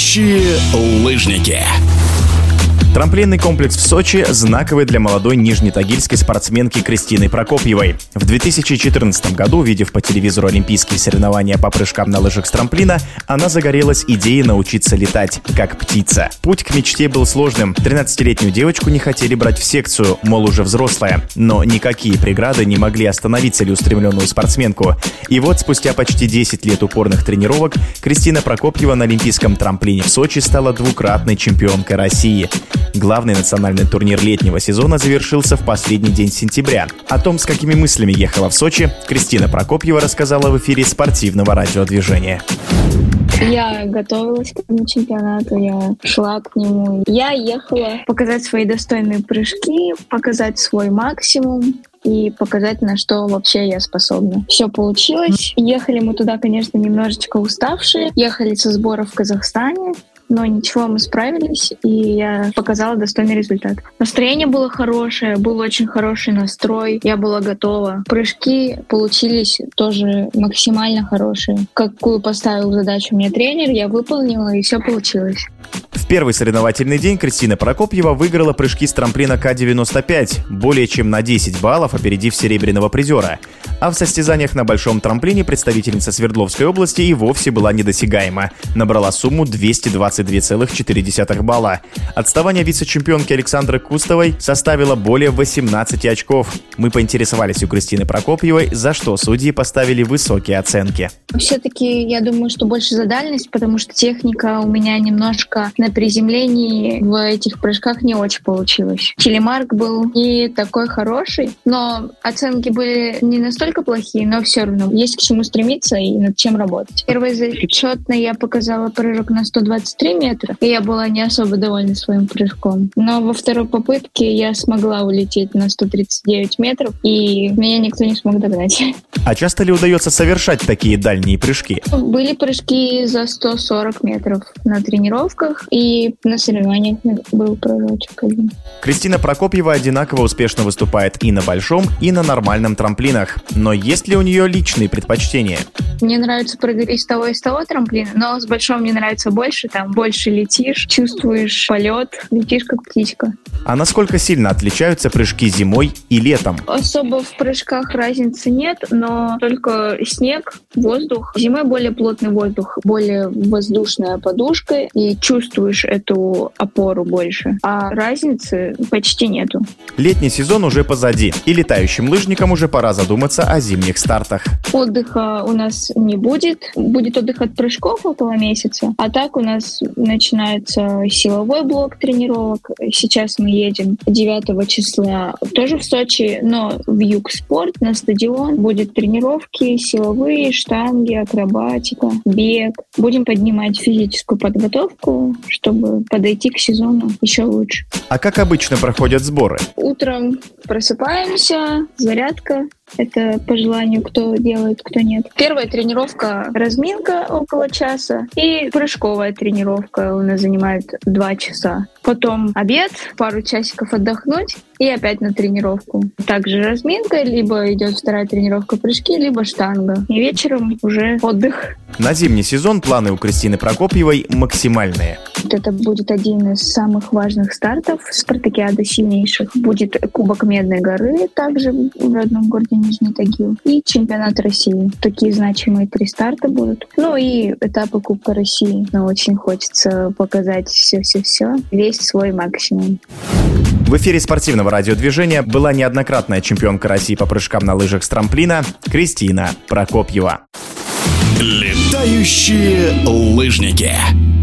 Летающие лыжники. Трамплинный комплекс в Сочи знаковый для молодой нижнетагильской спортсменки Кристины Прокопьевой. В 2014 году, увидев по телевизору олимпийские соревнования по прыжкам на лыжах с трамплина, она загорелась идеей научиться летать, как птица. Путь к мечте был сложным. 13-летнюю девочку не хотели брать в секцию, мол, уже взрослая. Но никакие преграды не могли остановить целеустремленную спортсменку. И вот спустя почти 10 лет упорных тренировок Кристина Прокопьева на олимпийском трамплине в Сочи стала двукратной чемпионкой России. Главный национальный турнир летнего сезона завершился в последний день сентября. О том, с какими мыслями ехала в Сочи, Кристина Прокопьева рассказала в эфире спортивного радиодвижения. Я готовилась к этому чемпионату, я шла к нему. Я ехала показать свои достойные прыжки, показать свой максимум и показать, на что вообще я способна. Все получилось. Ехали мы туда, конечно, немножечко уставшие. Ехали со сбора в Казахстане. Но ничего, мы справились, и я показала достойный результат. Настроение было хорошее, был очень хороший настрой, я была готова. Прыжки получились тоже максимально хорошие. Какую поставил задачу мне тренер, я выполнила, и все получилось. В первый соревновательный день Кристина Прокопьева выиграла прыжки с трамплина К-95, более чем на 10 баллов опередив серебряного призера. А в состязаниях на большом трамплине представительница Свердловской области и вовсе была недосягаема. Набрала сумму 222,4 балла. Отставание вице-чемпионки Александры Кустовой составило более 18 очков. Мы поинтересовались у Кристины Прокопьевой, за что судьи поставили высокие оценки. Все-таки я думаю, что больше за дальность, потому что техника у меня немножко на приземлении в этих прыжках не очень получилось. Телемарк был не такой хороший, но оценки были не настолько плохие, но все равно есть к чему стремиться и над чем работать. Первой зачетной я показала прыжок на 123 метра, и я была не особо довольна своим прыжком. Но во второй попытке я смогла улететь на 139 метров, и меня никто не смог догнать. А часто ли удается совершать такие дальние прыжки? Были прыжки за 140 метров на тренировках, и на соревнованиях был прыжочек один. Кристина Прокопьева одинаково успешно выступает и на большом, и на нормальном трамплинах. Но есть ли у нее личные предпочтения? Мне нравится прыгать из того трамплина, но с большого мне нравится больше. Там больше летишь, чувствуешь полет, летишь как птичка. А насколько сильно отличаются прыжки зимой и летом? Особо в прыжках разницы нет, но только снег, воздух. Зимой более плотный воздух, более воздушная подушка, и чувствуешь эту опору больше. А разницы почти нету. Летний сезон уже позади, и летающим лыжникам уже пора задуматься о зимних стартах. Отдыха у нас не будет. Будет отдых от прыжков около месяца. А так у нас начинается силовой блок тренировок. Сейчас мы едем 9 числа тоже в Сочи, но в Югспорт на стадион. Будет тренировки силовые, штанги, акробатика, бег. Будем поднимать физическую подготовку, чтобы подойти к сезону еще лучше. А как обычно проходят сборы? Утром просыпаемся, зарядка. Это по желанию, кто делает, кто нет. Первая тренировка — разминка около часа, и прыжковая тренировка у нас занимает 2 часа. Потом обед, пару часиков отдохнуть и опять на тренировку. Также разминка, либо идет вторая тренировка прыжки, либо штанга. И вечером уже отдых. На зимний сезон планы у Кристины Прокопьевой максимальные. Это будет один из самых важных стартов спартакиады сильнейших. Будет Кубок Медной горы, также в родном городе Нижний Тагил, и чемпионат России. Такие значимые 3 старта будут. Ну и этапы Кубка России. Но очень хочется показать все-все-все, весь свой максимум. В эфире спортивного радиодвижения была неоднократная чемпионка России по прыжкам на лыжах с трамплина Кристина Прокопьева. Летающие лыжники.